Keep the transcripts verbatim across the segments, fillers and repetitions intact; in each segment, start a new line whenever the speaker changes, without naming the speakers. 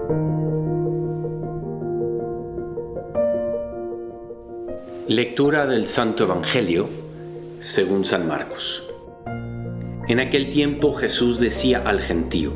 Lectura del Santo Evangelio según San Marcos. En aquel tiempo Jesús decía al gentío: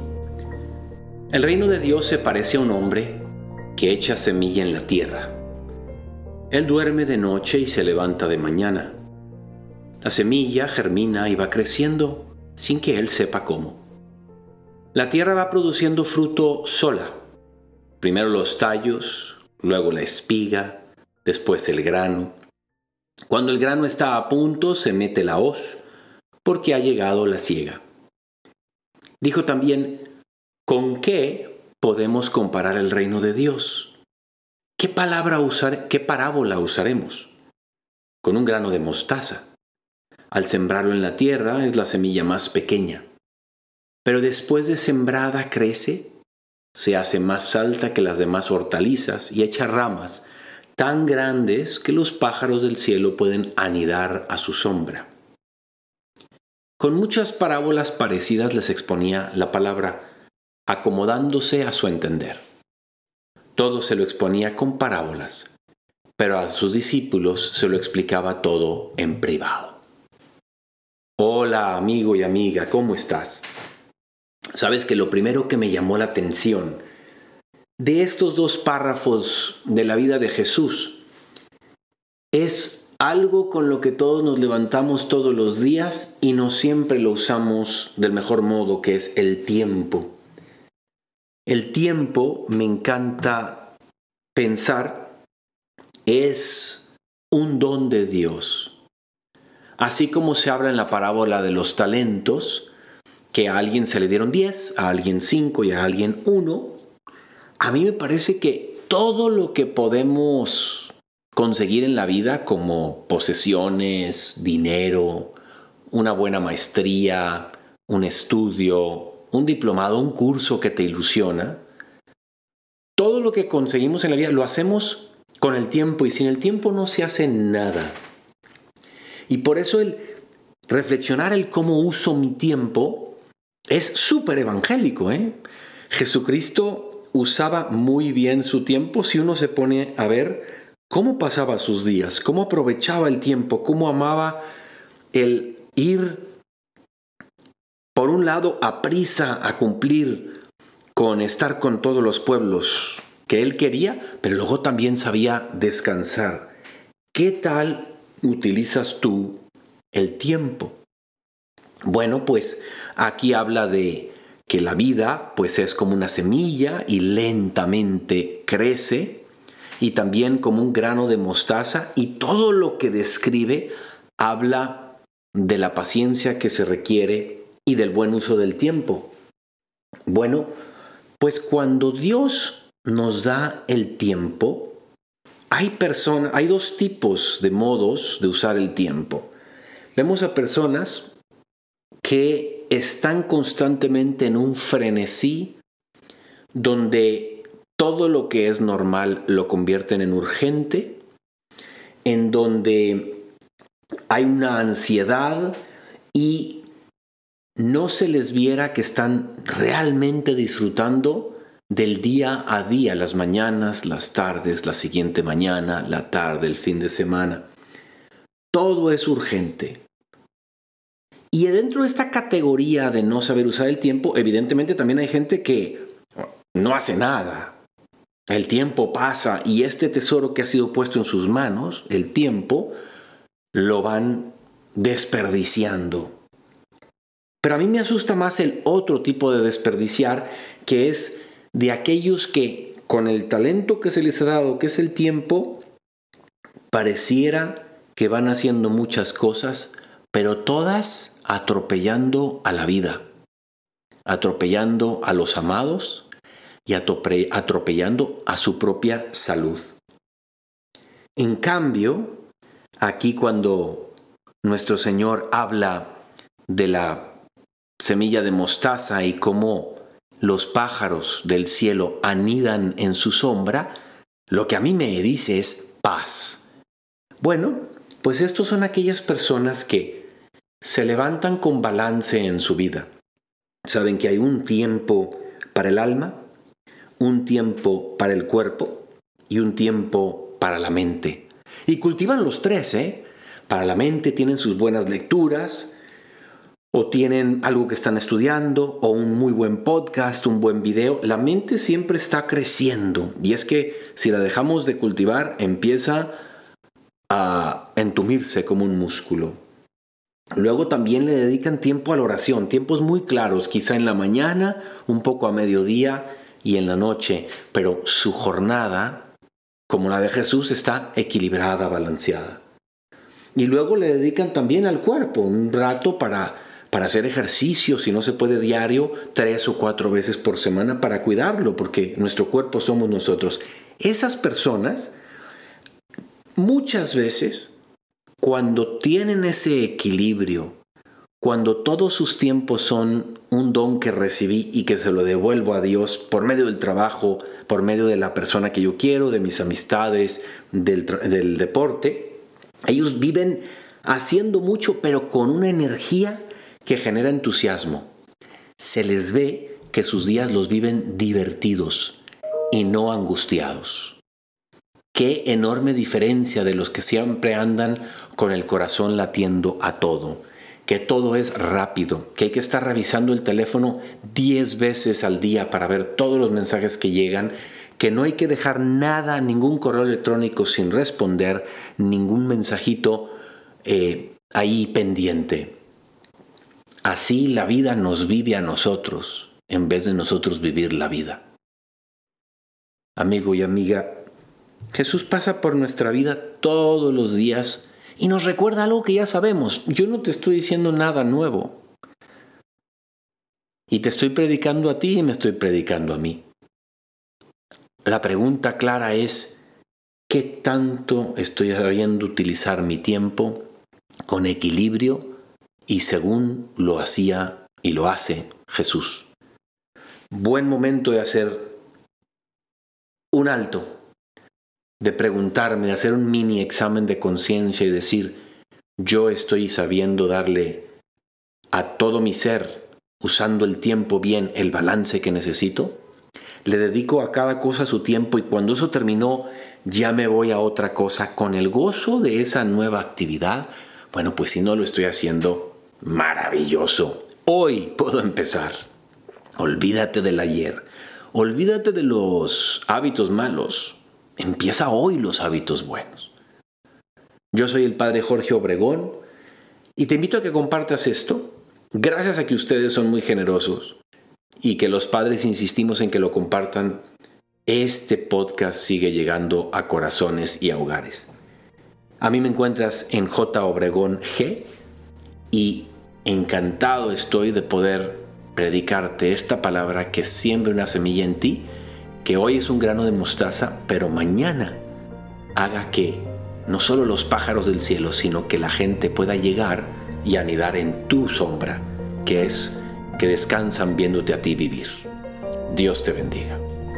el reino de Dios se parece a un hombre que echa semilla en la tierra. Él duerme de noche y se levanta de mañana. La semilla germina y va creciendo sin que él sepa cómo. La tierra va produciendo fruto sola. Primero los tallos, luego la espiga, después el grano. Cuando el grano está a punto, se mete la hoz, porque ha llegado la siega. Dijo también: ¿con qué podemos comparar el reino de Dios? ¿Qué palabra usar, qué parábola usaremos? Con un grano de mostaza. Al sembrarlo en la tierra es la semilla más pequeña. Pero después de sembrada crece, se hace más alta que las demás hortalizas y echa ramas tan grandes que los pájaros del cielo pueden anidar a su sombra. Con muchas parábolas parecidas les exponía la palabra, acomodándose a su entender. Todo se lo exponía con parábolas, pero a sus discípulos se lo explicaba todo en privado. Hola, amigo y amiga, ¿cómo estás? Sabes que lo primero que me llamó la atención de estos dos párrafos de la vida de Jesús es algo con lo que todos nos levantamos todos los días y no siempre lo usamos del mejor modo, que es el tiempo. El tiempo, me encanta pensar, es un don de Dios. Así como se habla en la parábola de los talentos, que a alguien se le dieron diez, a alguien cinco y a alguien uno, a mí me parece que todo lo que podemos conseguir en la vida, como posesiones, dinero, una buena maestría, un estudio, un diplomado, un curso que te ilusiona, todo lo que conseguimos en la vida lo hacemos con el tiempo, y sin el tiempo no se hace nada. Y por eso el reflexionar el cómo uso mi tiempo es súper evangélico, ¿eh? Jesucristo usaba muy bien su tiempo si uno se pone a ver cómo pasaba sus días, cómo aprovechaba el tiempo, cómo amaba el ir, por un lado, a prisa a cumplir con estar con todos los pueblos que él quería, pero luego también sabía descansar. ¿Qué tal utilizas tú el tiempo? Bueno, pues aquí habla de que la vida pues es como una semilla y lentamente crece, y también como un grano de mostaza, y todo lo que describe habla de la paciencia que se requiere y del buen uso del tiempo. Bueno, pues cuando Dios nos da el tiempo, hay personas, hay dos tipos de modos de usar el tiempo. Vemos a personas que están constantemente en un frenesí donde todo lo que es normal lo convierten en urgente, en donde hay una ansiedad y no se les viera que están realmente disfrutando del día a día, las mañanas, las tardes, la siguiente mañana, la tarde, el fin de semana. Todo es urgente. Y dentro de esta categoría de no saber usar el tiempo, evidentemente también hay gente que no hace nada. El tiempo pasa y este tesoro que ha sido puesto en sus manos, el tiempo, lo van desperdiciando. Pero a mí me asusta más el otro tipo de desperdiciar, que es de aquellos que con el talento que se les ha dado, que es el tiempo, pareciera que van haciendo muchas cosas, pero todas atropellando a la vida, atropellando a los amados y atropellando a su propia salud. En cambio, aquí cuando nuestro Señor habla de la semilla de mostaza y cómo los pájaros del cielo anidan en su sombra, lo que a mí me dice es paz. Bueno, pues estos son aquellas personas que se levantan con balance en su vida. Saben que hay un tiempo para el alma, un tiempo para el cuerpo y un tiempo para la mente. Y cultivan los tres, ¿eh? Para la mente tienen sus buenas lecturas, o tienen algo que están estudiando, o un muy buen podcast, un buen video. La mente siempre está creciendo. Y es que si la dejamos de cultivar, empieza a entumirse como un músculo. Luego también le dedican tiempo a la oración, tiempos muy claros, quizá en la mañana, un poco a mediodía y en la noche. Pero su jornada, como la de Jesús, está equilibrada, balanceada. Y luego le dedican también al cuerpo, un rato para... para hacer ejercicio, si no se puede diario, tres o cuatro veces por semana para cuidarlo, porque nuestro cuerpo somos nosotros. Esas personas, muchas veces, cuando tienen ese equilibrio, cuando todos sus tiempos son un don que recibí y que se lo devuelvo a Dios por medio del trabajo, por medio de la persona que yo quiero, de mis amistades, del, del deporte, ellos viven haciendo mucho, pero con una energía que genera entusiasmo. Se les ve que sus días los viven divertidos y no angustiados. Qué enorme diferencia de los que siempre andan con el corazón latiendo a todo, que todo es rápido, que hay que estar revisando el teléfono diez veces al día para ver todos los mensajes que llegan, que no hay que dejar nada, ningún correo electrónico sin responder, ningún mensajito eh, ahí pendiente. Así la vida nos vive a nosotros, en vez de nosotros vivir la vida. Amigo y amiga, Jesús pasa por nuestra vida todos los días y nos recuerda algo que ya sabemos. Yo no te estoy diciendo nada nuevo. Y te estoy predicando a ti y me estoy predicando a mí. La pregunta clara es, ¿qué tanto estoy sabiendo utilizar mi tiempo con equilibrio y según lo hacía y lo hace Jesús? Buen momento de hacer un alto, de preguntarme, de hacer un mini examen de conciencia y decir, yo estoy sabiendo darle a todo mi ser, usando el tiempo bien, el balance que necesito. Le dedico a cada cosa su tiempo y cuando eso terminó, ya me voy a otra cosa con el gozo de esa nueva actividad. Bueno, pues si no lo estoy haciendo, maravilloso. Hoy puedo empezar. Olvídate del ayer. Olvídate de los hábitos malos. Empieza hoy los hábitos buenos. Yo soy el Padre Jorge Obregón y te invito a que compartas esto. Gracias a que ustedes son muy generosos y que los padres insistimos en que lo compartan, este podcast sigue llegando a corazones y a hogares. A mí me encuentras en J. Obregón G y encantado estoy de poder predicarte esta palabra que siembre una semilla en ti, que hoy es un grano de mostaza, pero mañana haga que no solo los pájaros del cielo, sino que la gente pueda llegar y anidar en tu sombra, que es que descansan viéndote a ti vivir. Dios te bendiga.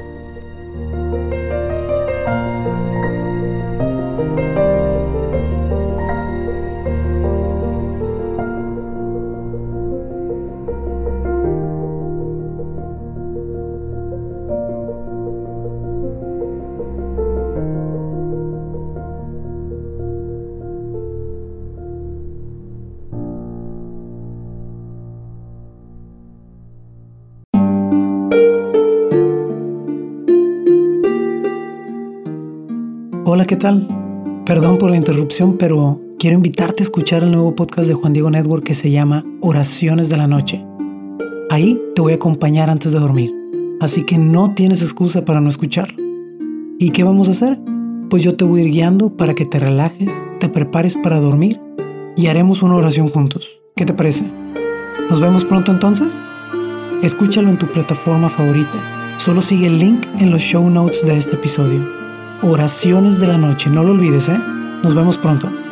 Hola, ¿qué tal? Perdón por la interrupción, pero quiero invitarte a escuchar el nuevo podcast de Juan Diego Network que se llama Oraciones de la Noche. Ahí te voy a acompañar antes de dormir, así que no tienes excusa para no escucharlo. ¿Y qué vamos a hacer? Pues yo te voy a ir guiando para que te relajes, te prepares para dormir y haremos una oración juntos. ¿Qué te parece? ¿Nos vemos pronto entonces? Escúchalo en tu plataforma favorita. Solo sigue el link en los show notes de este episodio. Oraciones de la Noche, no lo olvides, ¿eh? Nos vemos pronto.